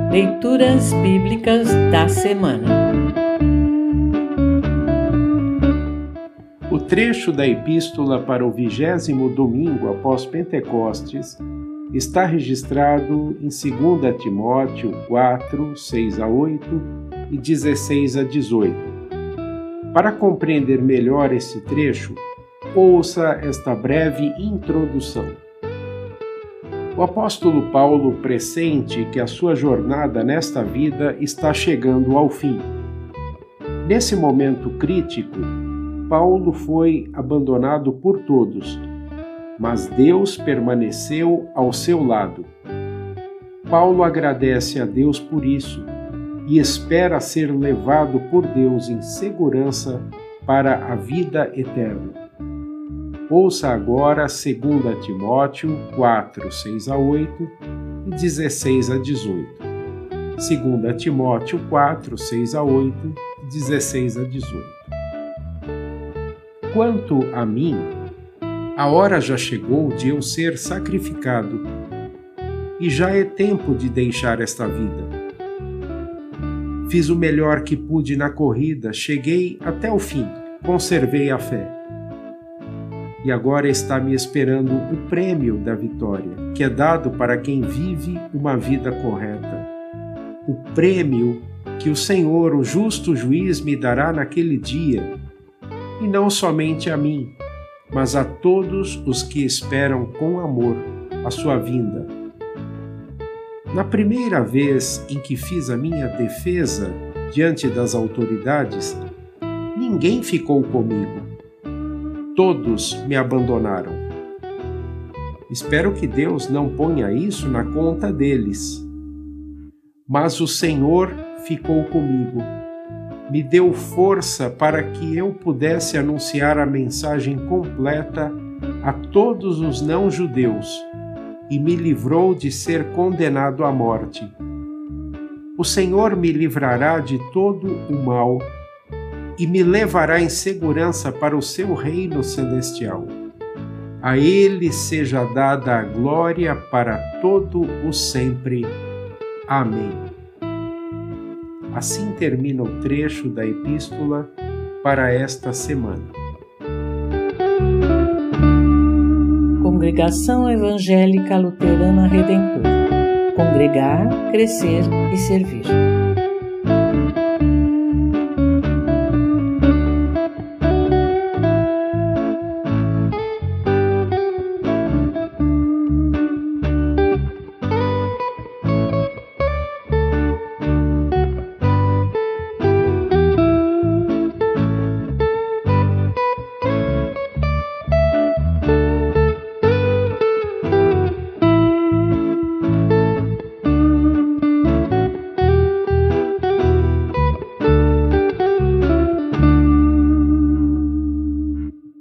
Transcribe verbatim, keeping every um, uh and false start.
Leituras Bíblicas da Semana. O trecho da Epístola para o vigésimo domingo após Pentecostes está registrado em segunda Timóteo quatro, seis a oito e dezesseis a dezoito. Para compreender melhor esse trecho, ouça esta breve introdução. O apóstolo Paulo pressente que a sua jornada nesta vida está chegando ao fim. Nesse momento crítico, Paulo foi abandonado por todos, mas Deus permaneceu ao seu lado. Paulo agradece a Deus por isso e espera ser levado por Deus em segurança para a vida eterna. Ouça agora segunda Timóteo quatro, seis a oito e dezesseis a dezoito. segunda Timóteo quatro, seis a oito e dezesseis a dezoito. Quanto a mim, a hora já chegou de eu ser sacrificado, e já é tempo de deixar esta vida. Fiz o melhor que pude na corrida, cheguei até o fim, conservei a fé. E agora está me esperando o prêmio da vitória, que é dado para quem vive uma vida correta. O prêmio que o Senhor, o justo juiz, me dará naquele dia, e não somente a mim, mas a todos os que esperam com amor a sua vinda. Na primeira vez em que fiz a minha defesa diante das autoridades, ninguém ficou comigo. Todos me abandonaram. Espero que Deus não ponha isso na conta deles. Mas o Senhor ficou comigo. Me deu força para que eu pudesse anunciar a mensagem completa a todos os não-judeus e me livrou de ser condenado à morte. O Senhor me livrará de todo o mal e me levará em segurança para o seu reino celestial. A Ele seja dada a glória para todo o sempre. Amém. Assim termina o trecho da Epístola para esta semana. Congregação Evangélica Luterana Redentor. Congregar, crescer e servir.